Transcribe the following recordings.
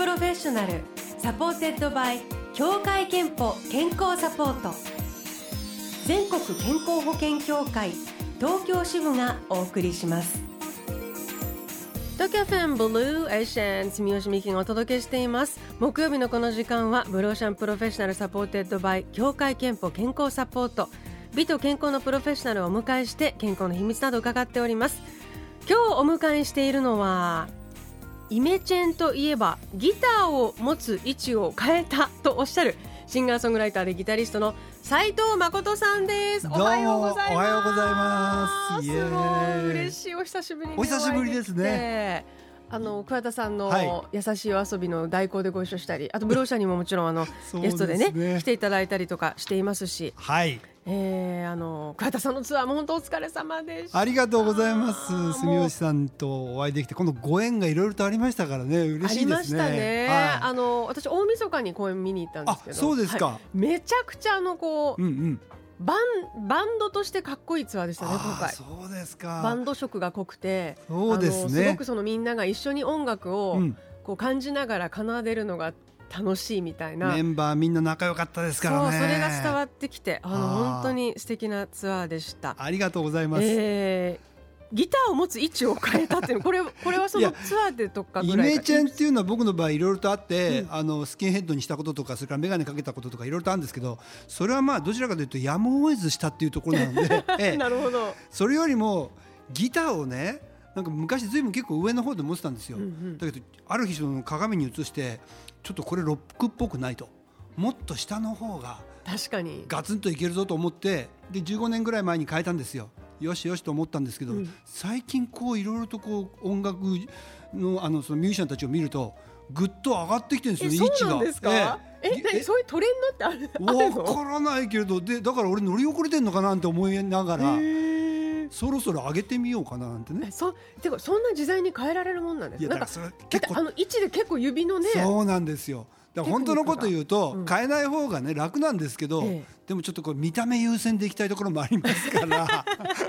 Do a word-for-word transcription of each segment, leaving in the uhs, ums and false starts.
プロフェッショナルサポーテッドバイ協会憲法健康サポート、全国健康保険協会東京支部がお送りします。東京 エフエム ブルーエーシャン住吉美希がお届けしています。木曜日のこの時間はブルーオーシャンプロフェッショナルサポーテッドバイ協会憲法健康サポート、美と健康のプロフェッショナルをお迎えして健康の秘密など伺っております。今日お迎えしているのはイメチェンといえばギターを持つ位置を変えたとおっしゃるシンガーソングライターでギタリストの斉藤誠さんです。おはようございます。 おはようございます。 すごい嬉しい、お久しぶりにお会いできて。 お久しぶりですね。 あの桑田さんの優しいお遊びの代行でご一緒したり、あとブローシャにももちろんあのゲストでね来ていただいたりとかしていますし、 はい、 えー、あの桑田さんのツアーも本当お疲れ様でした。 ありがとうございます。住吉さんとお会いできてこのご縁がいろいろとありましたからね、嬉しいですね。ありましたね、はい、あの私大晦日に公演見に行ったんですけど、あ、そうですか、はい、 めちゃくちゃあのこう、うんうん、バン、バンドとしてかっこいいツアーでしたね今回。 そうですか。 バンド色が濃くて、 そうですね、 あのすごくそのみんなが一緒に音楽をこう感じながら奏でるのが楽しいみたいな、 メンバーみんな仲良かったですからね。 そう、それが伝わってきて、あの本当に素敵なツアーでした。 ありがとうございます。 えーギターを持つ位置を変えたっていうのこれ、これはそのツアーでとかぐらいか。 イメチェンっていうのは僕の場合いろいろとあって、うん、あのスキンヘッドにしたこととか、それからメガネかけたこととかいろいろとあるんですけど、それはまあどちらかというとやむを得ずしたっていうところなので、ええ、 なるほど。 それよりもギターをね、なんか昔ずいぶん結構上の方で持ってたんですよ、うんうん、だけどある日その鏡に映してちょっとこれロックっぽくないと、もっと下の方が確かにガツンといけるぞと思って、でじゅうごねんぐらい前に変えたんですよ。よしよしと思ったんですけど、うん、最近こういろいろとこう音楽 の, あのそのミュージシャンたちを見るとぐっと上がってきてるんですよね、位置が。 そうなんですか。えええそういうトレンドってあるの？ わからないけれど、でだから俺乗り遅れてんのかなって思いながら、そろそろ上げてみようかななんてね。 えそてかそんな自在に変えられるもんなんですか。 いやだからそれ結構あの位置で結構指のね。 そうなんですよ。だから本当のこと言うと、うん、変えない方がね楽なんですけど、ええ、でもちょっとこう見た目優先でいきたいところもありますから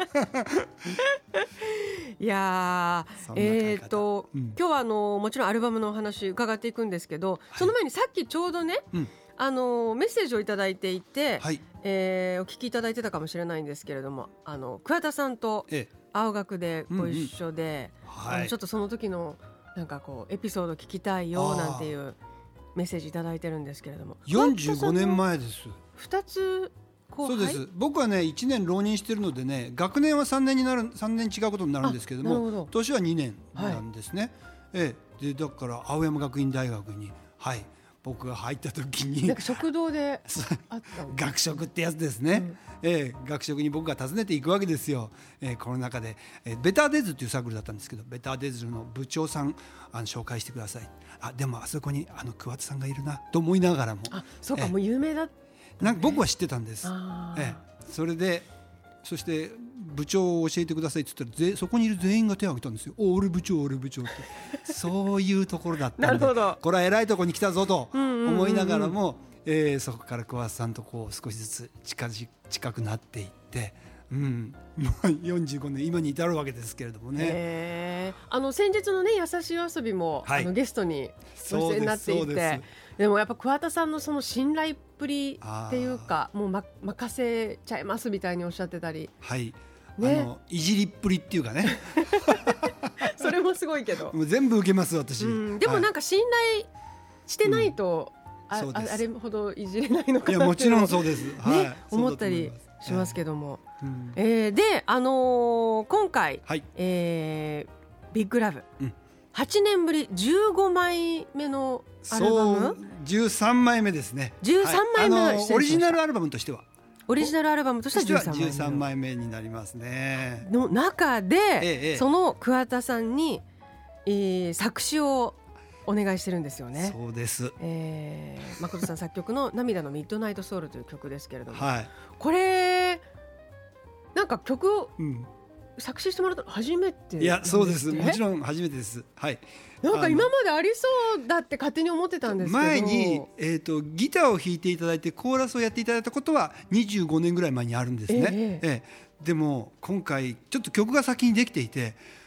いやえー、っと、うん、今日はあのもちろんアルバムのお話伺っていくんですけど、はい、その前にさっきちょうどね、うん、あのメッセージをいただいていて、はい、えー、お聞きいただいてたかもしれないんですけれども、あの桑田さんと青学でご一緒で、うんうん、あのちょっとその時のなんかこうエピソード聞きたいよなんていうメッセージいただいてるんですけれども、 よんじゅうごねんまえです。 ふたつ後輩。 そうです。僕はねいちねん浪人してるのでね、学年はさんねんになる、さんねん違うことになるんですけども、ど年はにねんなんですね、はい、ええ、でだから青山学院大学に、はい、僕が入った時になんか食堂であった学食ってやつですね、うん、ええ、学食に僕が訪ねていくわけですよ、ええ、この中で、ええ、ベターデイズっていうサークルだったんですけど、ベターデイズの部長さんあの紹介してください。あでもあそこにあの桑田さんがいるなと思いながらも、 あそうか、ええ、もう有名だった、ね、 なんか僕は知ってたんです、ええ、それでそして部長を教えてくださいって言ったら、そこにいる全員が手を挙げたんですよ。お俺部長俺部長ってそういうところだったんでなるほど、これは偉いところに来たぞと思いながらも、えー、そこから桑田さんとこう少しずつ近じ近くなっていって、うん、よんじゅうごねん今に至るわけですけれどもね。 へあの先日のね優しい遊びも、はい、あのゲストにご出演になっていて、 で, でもやっぱ桑田さんのその信頼っぷりっていうか、もう、ま、任せちゃいますみたいにおっしゃってたり、 はい、ね、あのいじりっぷりっていうかねそれもすごいけどもう全部受けます私、 うん、でもなんか信頼してないと、はい、うん、あ, あれほどいじれないのかなって、いやもちろんそうです、はい、 ね、思ったりしますけども、えーうんえー、で、あのー、今回、はい、えー、ビッグラブ、うん、はちねんぶりじゅうごまいめのアルバム、そうじゅうさんまいめですね。 じゅうさんまいめ、はい、あのー、 オリジナルアルバムとしてはオリジナルアルバムとしてはじゅうさんまいめになりますね。 の中で、 ええ、 その桑田さんに、えー、作詞をお願いしてるんですよね。 そうです、 えー、誠さん作曲の涙のミッドナイトソウルという曲ですけれども、 はい、 これなんか曲を作詞してもらったの初めてなんですって？ いやそうです、もちろん初めてです、はい、 なんか今までありそうだって勝手に思ってたんですけど、 前に、えーと、ギターを弾いていただいてコーラスをやっていただいたことはにじゅうごねんぐらい前にあるんですね、ええええ、でも今回ちょっと曲が先にできていて、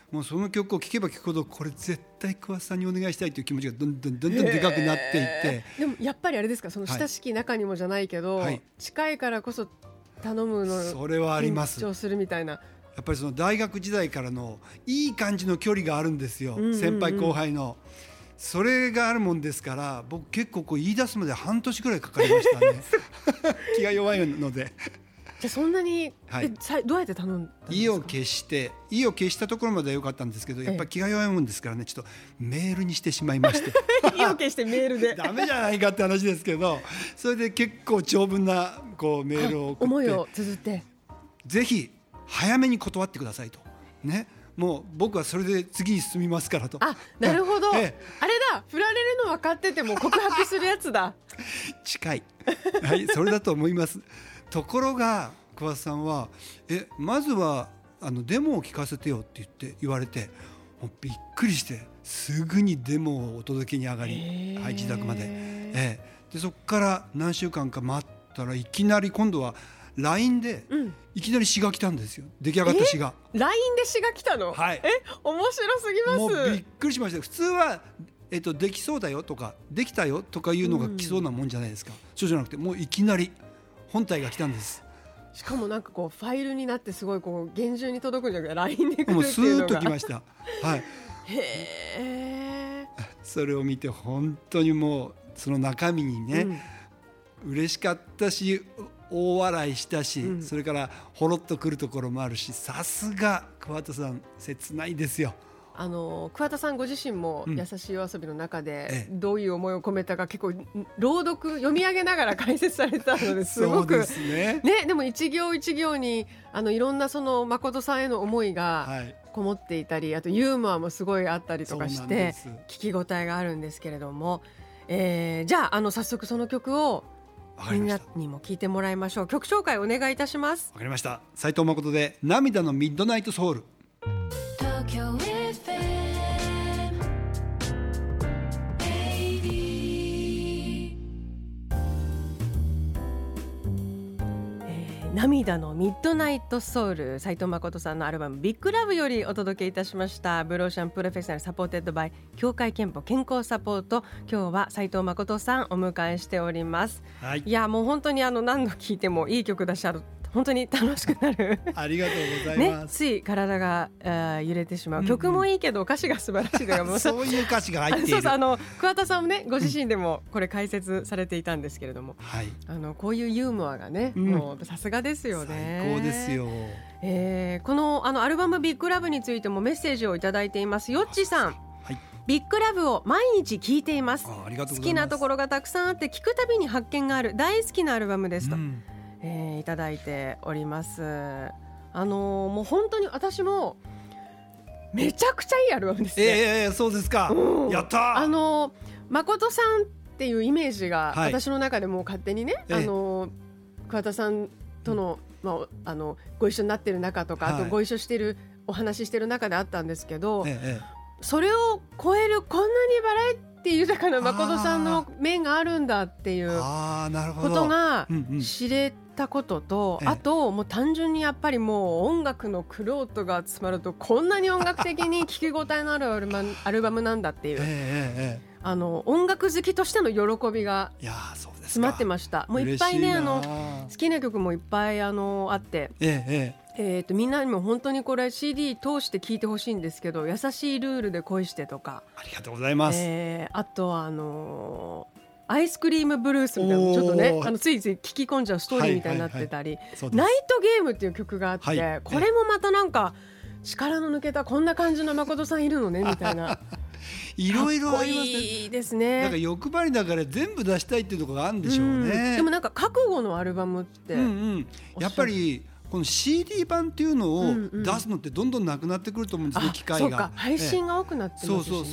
もうその曲を聴けば聴くほどこれ絶対桑田さんにお願いしたいという気持ちがどんどんどんどんでかくなっていって、 でもやっぱりあれですか、その親しき中にもじゃないけど、はい、近いからこそ頼むのそれはあります。 緊張するみたいな、 やっぱりその大学時代からのいい感じの距離があるんですよ、うんうんうん、先輩後輩のそれがあるもんですから、僕結構こう言い出すまで半年くらいかかりましたね気が弱いのでじゃあそんなに、はい、えどうやって頼んだんですか？ 意を決して意を決したところまでは良かったんですけど、やっぱり気が弱いもんですからね、ちょっとメールにしてしまいまして意を決してメールでダメじゃないかって話ですけど、それで結構長文なこうメールを送って、 思いを綴ってぜひ早めに断ってくださいとね、もう僕はそれで次に進みますからと。 あ、なるほど、ええ、あれだ、振られるの分かってても告白するやつだ近い、はい、それだと思いますところが桑田さんはえまずはあのデモを聞かせてよって言って言われて、もうびっくりしてすぐにデモをお届けに上がり、はい、自宅まで、ええ、でそこから何週間か待ったらいきなり今度は ライン でいきなり詩が来たんですよ、出来上がった詩が。 ライン で詩が来たの、はい、え面白すぎます。 もうびっくりしました。普通はえっと、できそうだよとかできたよとかいうのが来そうなもんじゃないですか、うん、そうじゃなくてもういきなり本体が来たんです。 しかもなんかこうファイルになってすごいこう厳重に届くんじゃなくて ライン で来るっていうのがもうスーッと来ましたはい、 へー、 それを見て本当にもうその中身にね、うん、嬉しかったし大笑いしたし、うん、それからほろっとくるところもあるし、さすが桑田さん切ないですよ。 あの桑田さんご自身も優しい夜遊びの中でどういう思いを込めたか結構朗読読み上げながら解説されたのですごくそうですね。 ね、でも一行一行にあのいろんなその誠さんへの思いがこもっていたり、あとユーモアもすごいあったりとかして聞き応えがあるんですけれども、えー、じゃあ、あの早速その曲をみんなにも聞いてもらいましょう。曲紹介お願いいたします。 わかりました。斉藤誠で涙のミッドナイトソウル。 涙のミッドナイトソウル、斉藤誠さんのアルバムビッグラブよりお届けいたしました。ブローシャンプロフェッショナルサポーテッドバイ協会憲法健康サポート、今日は斉藤誠さんお迎えしております、はい、いやもう本当にあの何度聴いてもいい曲だし、あの本当に楽しくなるありがとうございます、 ね、つい体が揺れてしまう、うんうん、曲もいいけど歌詞が素晴らしいとかそういう歌詞が入っているそうそう、あの桑田さんもねご自身でもこれ解説されていたんですけれども、 はい、 あのこういうユーモアがね、うん、もうさすがですよね。 最高ですよ、 えー、この、あのアルバムビッグラブについてもメッセージをいただいています。よっちさん、はい、ビッグラブを毎日聴いています。 あありがとうございます。 好きなところがたくさんあって聴くたびに発見がある大好きなアルバムですと、うんえー、いただいております。あのー、もう本当に私もめちゃくちゃいいアルバムですね。 えー、そうですか、うん、やったー。 あのー、誠さんっていうイメージが私の中でもう勝手にね、はい、あのー、桑田さんとの、うんまあ、あのご一緒になってる中とか、はい、あとご一緒してるお話ししてる中であったんですけど、ええ、それを超えるこんなにバラエティ豊かな誠さんの面があるんだっていうことが知れたことと、あともう単純にやっぱりもう音楽の玄人が集まるとこんなに音楽的に聴き応えのあるアルバム、アルバムなんだっていう、えー、あの音楽好きとしての喜びが詰まってました。もういっぱいね、あの好きな曲もいっぱいあのあって、えーえー、とみんなにも本当にこれ シーディー 通して聴いてほしいんですけど、優しいルールで恋してとか、 ありがとうございます、 えー、あとはあのーアイスクリームブルースみたいなちょっとね、あのついつい聞き込んじゃうストーリーみたいになってたり、ナイトゲームっていう曲があって、はい、これもまたなんか力の抜けたこんな感じの誠さんいるのねみたいないろいろありますね。いいですね。 なんか欲張りだから全部出したいっていうところがあるんでしょうね。 でもなんか覚悟のアルバムって、うんうん、 やっぱりこの シーディー 版っていうのを出すのってどんどんなくなってくると思うんですね、うんうん、機会が。 そうか、配信が多くなってますしね。 そうそうそう。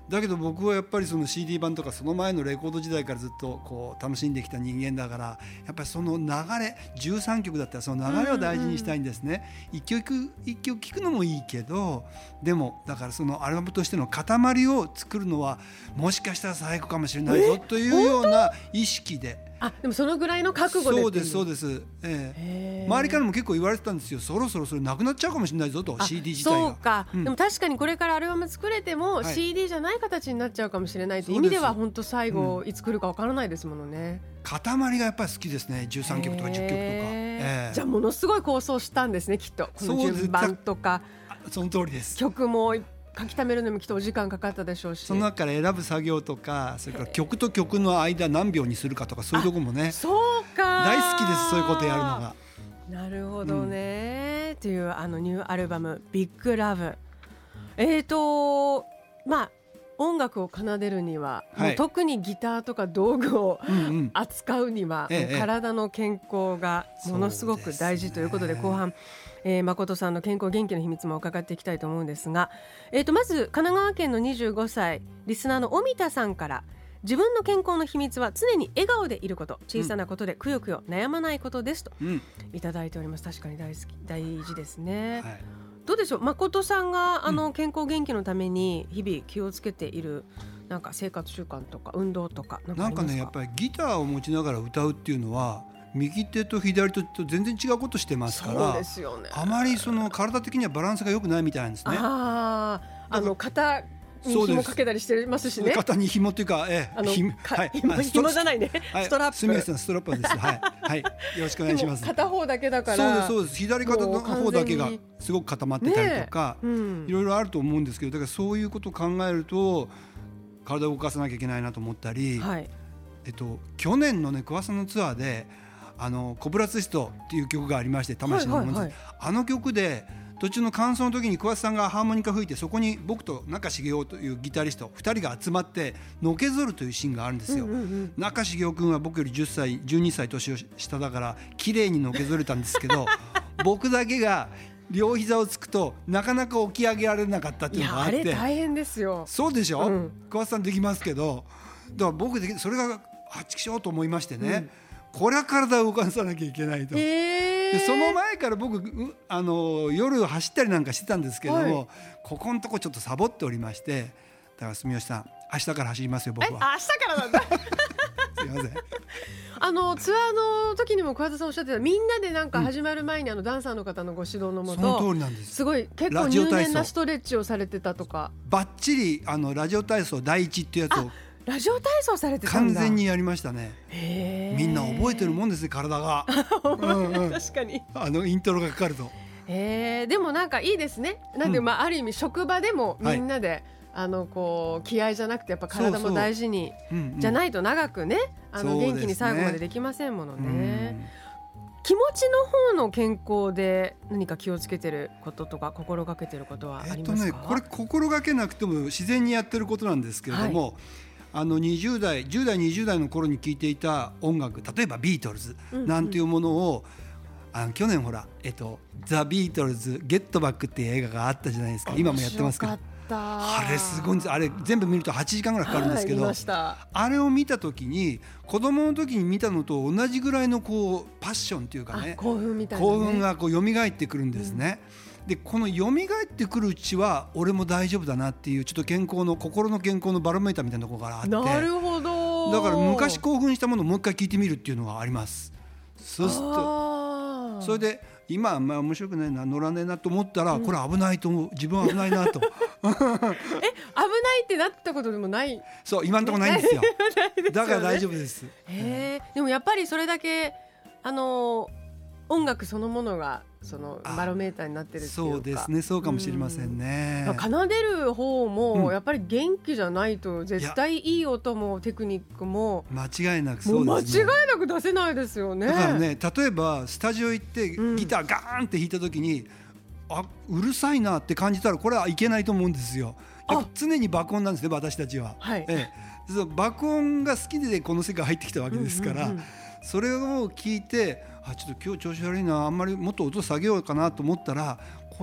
だけど僕はやっぱりその シーディー 版とかその前のレコード時代からずっとこう楽しんできた人間だから、やっぱりその流れじゅうさんきょくだったらその流れを大事にしたいんですね、うんうん、一曲一曲聴くのもいいけど、でもだからそのアルバムとしての塊を作るのはもしかしたら最後かもしれないぞというような意識で。 あ、でもそのぐらいの覚悟で。 そうですそうです、ええ、周りからも結構言われてたんですよ。そろそろそれなくなっちゃうかもしれないぞと シーディー 自体が。 そうか、うん、でも確かにこれからアルバム作れても、はい、シーディー じゃない形になっちゃうかもしれないという意味では本当最後いつ来るかわからないですものね、 うん、塊がやっぱり好きですね。じゅうさんきょくとかじゅっきょくとか、えー、 じゃあものすごい構想したんですねきっと。この順番とかその通りです。 曲も書き溜めるのもきっとお時間かかったでしょうし、 その中から選ぶ作業とか、それから曲と曲の間何秒にするかとか、そういうところもね、 そうか大好きです。そういうことやるのが。 なるほどね、うん、というあのニューアルバムビッグラブ、えーとまあ音楽を奏でるには、はい、もう特にギターとか道具を、うんうん、扱うには、ええ、もう体の健康がものすごく大事ということで、後半えー、誠さんの健康元気の秘密も伺っていきたいと思うんですが、えー、とまず神奈川県のにじゅうごさいリスナーの尾田さんから、自分の健康の秘密は常に笑顔でいること、小さなことでくよくよ悩まないことですと、うん、いただいております。確かに大好き大事ですね、はい、どうでしょう、誠さんがあの健康元気のために日々気をつけているなんか生活習慣とか運動とかなんかありますか？ なんかね、やっぱりギターを持ちながら歌うっていうのは右手と左手と全然違うことしてますから、 そうですよね、 あまりその体的にはバランスが良くないみたいなんですね。 ああの肩に紐かけたりしてますしね。 肩に紐っていうか、ええ、 あの紐、はい、紐, 紐じゃないね、はい、ストラップ。すみません、ストラップです。はい、はい、よろしくお願いします。片方だけだから。 そうですそうです。左肩の方だけがすごく固まってたりとか、ね、うん、いろいろあると思うんですけど、だからそういうことを考えると体を動かさなきゃいけないなと思ったり、はい、えっと去年のね桑さんのツアーであのコブラツイストっていう曲がありまして、魂のものです、はいはいはい、あの曲で途中の間奏の時に桑田さんがハーモニカ吹いて、そこに僕と中茂雄というギタリストふたりが集まってのけぞるというシーンがあるんですよ、うんうんうん、中茂雄君は僕よりじゅっさいじゅうにさい年下だから綺麗にのけぞれたんですけど僕だけが両膝をつくとなかなか起き上げられなかったっていうのがあって。 いや、あれ大変ですよ。 そうでしょ、うん、桑田さんできますけど、だから僕でそれがあっちきしょうと思いましてね、うん、これは体を動かさなきゃいけないと、えー、でその前から僕あの夜走ったりなんかしてたんですけども、はい、ここのとこちょっとサボっておりまして、だから住吉さん明日から走りますよ僕は。 明日からなんだすいませんあのツアーの時にも桑田さんおっしゃってた、みんなでなんか始まる前にあのダンサーの方のご指導のもと、 その通りなんです。 すごい結構入念なストレッチをされてたとか、 バッチリあのラジオ体操第一っていうやつをラジオ体操されてたんだ。 完全にやりましたね。へみんな覚えてるもんですね、体がうんうん、確かにあのイントロがかかると。 へでもなんかいいですね。なんで、うん、まあ、ある意味職場でもみんなで、はい、あのこう気合じゃなくてやっぱ体も大事にそうそう、うんうん、じゃないと長くね、あの元気に最後までできませんものね。気持ちの方の健康で何か気をつけてることとか心がけてることはありますか？ えっとね、これ心がけなくても自然にやってることなんですけれども、はい、あのにじゅう代じゅう代にじゅう代の頃に聴いていた音楽、例えばビートルズなんていうものを、うんうん、あの去年ほら、えっと、ザ・ビートルズゲットバックっていう映画があったじゃないですか。今もやってますけど、あれすごいんです。あれ全部見るとはちじかんぐらいかかるんですけど、はい、あれを見た時に子供の時に見たのと同じぐらいのこうパッションっていうかね、 興奮みたいなね、 興奮がこう蘇ってくるんですね、うん、でこの蘇ってくるうちは俺も大丈夫だなっていう、ちょっと健康の心の健康のバロメーターみたいなところがあって、 なるほど。 だから昔興奮したものをもう一回聞いてみるっていうのがあります。そうするとそれで今あんまり面白くないな、乗らねえなと思ったら、うん、これ危ないと思う、自分は危ないなとえ、危ないってなったことでもない？ そう、今のところないんですよだから大丈夫です。 へでもやっぱりそれだけあの音楽そのものがそのバロメーターになってるっていうか。 そうですね、そうかもしれませんね、 うん、奏でる方もやっぱり元気じゃないと絶対いい音もテクニックも間違いなくそうですね、 もう間違いなく出せないですよね。 だからね、例えばスタジオ行ってギターガーンって弾いた時に、うん、あうるさいなって感じたらこれはいけないと思うんですよ。やっぱ常に爆音なんですね、私たちは、はい、ええ、そう爆音が好きでこの世界入ってきたわけですから、うんうんうん、それを聞いて、あちょっと今日調子悪いな、あんまりもっと音下げようかなと思ったら、これ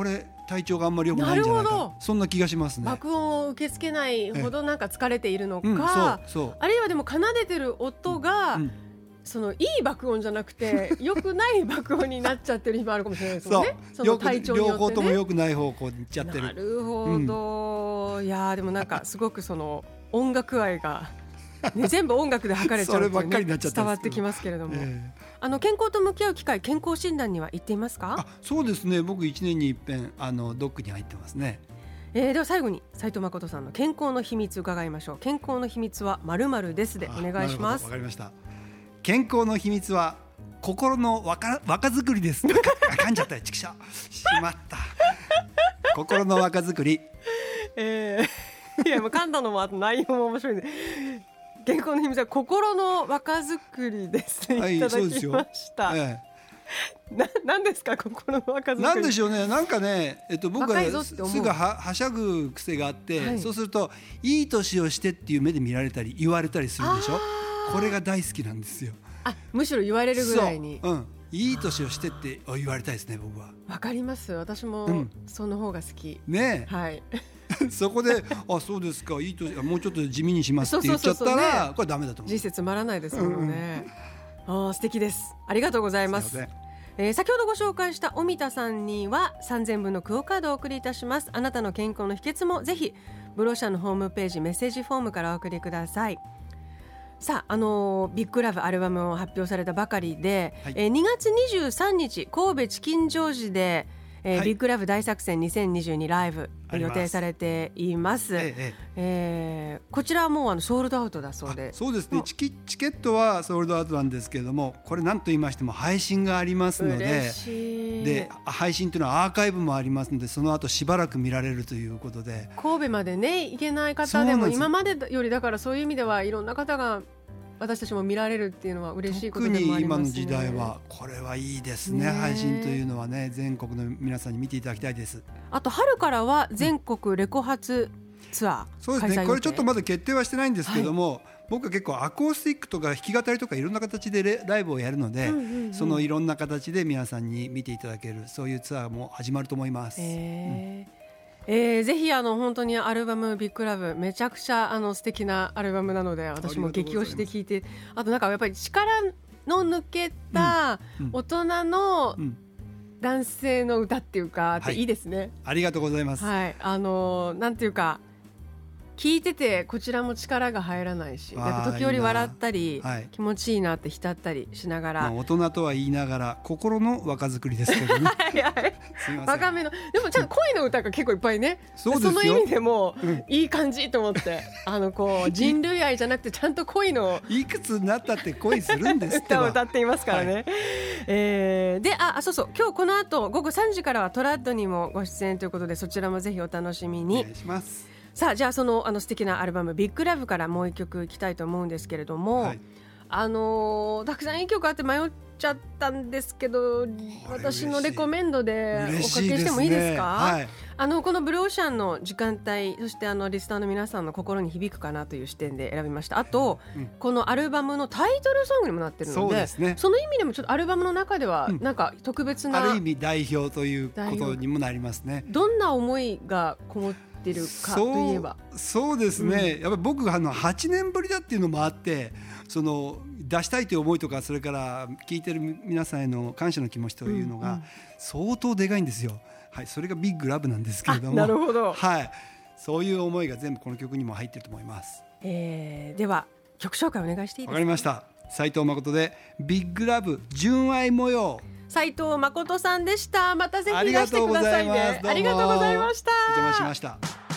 体調があんまり良くないんじゃないか、そんな気がしますね。 爆音を受け付けないほどなんか疲れているのか、うん、 そうそう、 あるいはでも奏でてる音が、うんうん、そのいい爆音じゃなくて良くない爆音になっちゃってる日もあるかもしれないですよね。その体調によってね、 両方とも良くない方向に行っちゃってる。 なるほど、うん、いやでもなんかすごくその音楽愛が、ね、全部音楽で測れちゃうっていう、ね、伝わってきますけれども、えー、あの健康と向き合う機会、健康診断には行っていますか？ あ、そうですね、僕いちねんに一遍あのドックに入ってますね。 えー、では最後に斉藤誠さんの健康の秘密伺いましょう。健康の秘密は〇〇ですでお願いします。 わかりました。健康の秘密は心の若若作りです。噛んじゃったよ、ちくしょう、しまった心の若作り、 えー、いやもう噛んだのもあと内容も面白いんで、健康の秘密は心の若作りです、はい、いただきました、ええ、な何ですか心の若作り。 なんでしょうね、なんかね、えっと、僕はすぐははしゃぐ癖があって、はい、そうするといい年をしてっていう目で見られたり言われたりするでしょ。これが大好きなんですよ。 あ、むしろ言われるぐらいに、 そう、うん、いい年をしてって言われたいですね、僕は。 わかります、私もその方が好き、 うん、ねえ、はい、 そこであ、そうですか、いい年、もうちょっと地味にしますって言っちゃったら、そうそうそうそう、ね、これダメだと思う。 人生つまらないですもんね、うん、あ、素敵です、ありがとうございます。すえー、先ほどご紹介した尾田さんにはさんぜんぶんのクオカードをお送りいたします。あなたの健康の秘訣もぜひブロシャのホームページメッセージフォームからお送りください。さあ、あのー、ビッグラブアルバムを発表されたばかりで、はい、えー、にがつにじゅうさんにち神戸チキンジョージで、えーはい、ビッグラブ大作戦にせんにじゅうにライブ予定されています。えええー、こちらはもうあのソールドアウトだそうで。 そうですね、チキ、チケットはソールドアウトなんですけれども、これ何と言いましても配信がありますので、で配信というのはアーカイブもありますので、その後しばらく見られるということで、 神戸までね行けない方でも今までより、だからそういう意味ではいろんな方が私たちも見られるっていうのは嬉しいことでもありますね。 特に今の時代はこれはいいですね。配信というのはね、全国の皆さんに見ていただきたいです。 あと春からは全国レコ発ツアー、うん、 そうですね、これちょっとまだ決定はしてないんですけども、はい、僕は結構アコースティックとか弾き語りとかいろんな形でライブをやるので、うんうんうん、そのいろんな形で皆さんに見ていただける、そういうツアーも始まると思います。 えーうんえー、ぜひあの本当にアルバムビッグラブめちゃくちゃあの素敵なアルバムなので、私も激推しで聴いて、 あ, あとなんかやっぱり力の抜けた大人の男性の歌っていうか、うんうん、いいですね、はい、 ありがとうございます、 はい、あのなんていうか聞いててこちらも力が入らないし、なんか時折笑ったりいい、はい、気持ちいいなって浸ったりしながら、まあ、 大人とは言いながら心の若作りですけどねはい、はい、すいません、若めのでもちゃんと恋の歌が結構いっぱいね、 そうですよ、 その意味でもいい感じと思って、うん、あのこう人類愛じゃなくてちゃんと恋のいくつになったって恋するんですって歌を歌っていますからね、はい、えー、であそうそう、今日この後ごごさんじからはトラッドにもご出演ということで、そちらもぜひお楽しみにお願いします。 さあ、じゃあそのあの素敵なアルバムビッグラブからもう一曲いきたいと思うんですけれども、はい、あのー、たくさんいい曲あって迷っちゃったんですけど、私のレコメンドでおかけしてもいいですか？はい、あのこのブルーオーシャンの時間帯、そしてあのリスナーの皆さんの心に響くかなという視点で選びました。あと、うん、このアルバムのタイトルソングにもなってるの で, そうです、ね、その意味でもちょっとアルバムの中ではなんか特別な、 うん、ある意味代表ということにもなりますね。 どんな思いがこもっててるかといえば、 そう、そうですね、うん、やっぱり僕があのはちねんぶりだっていうのもあって、その出したいという思いとか、それから聴いてる皆さんへの感謝の気持ちというのが相当でかいんですよ、はい、それがビッグラブなんですけれども、 なるほど、 はい、そういう思いが全部この曲にも入ってると思います、 えー、では曲紹介お願いしていいですか？ わかりました。斉藤誠でビッグラブ純愛模様。 斉藤誠さんでした。またぜひいらしてくださいね。ありがとうございました。 お邪魔しました。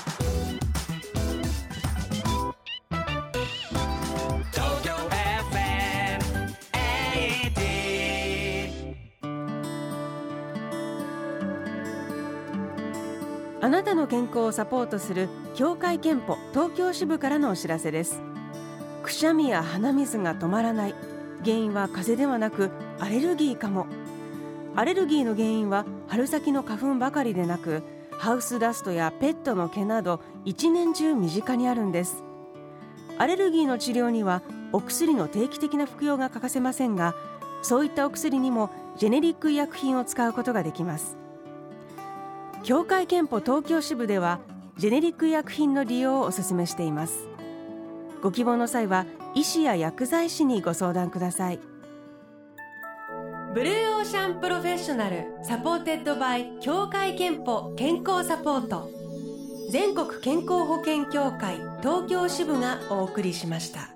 あなたの健康をサポートする協会憲法東京支部からのお知らせです。くしゃみや鼻水が止まらない。原因は風邪ではなくアレルギーかも。アレルギーの原因は春先の花粉ばかりでなく、ハウスダストやペットの毛など一年中身近にあるんです。アレルギーの治療にはお薬の定期的な服用が欠かせませんが、そういったお薬にもジェネリック医薬品を使うことができます。 協会憲法東京支部ではジェネリック医薬品の利用をお勧めしています。ご希望の際は医師や薬剤師にご相談ください。ブルーオーシャンプロフェッショナルサポーテッドバイ協会憲法健康サポート、全国健康保険協会東京支部がお送りしました。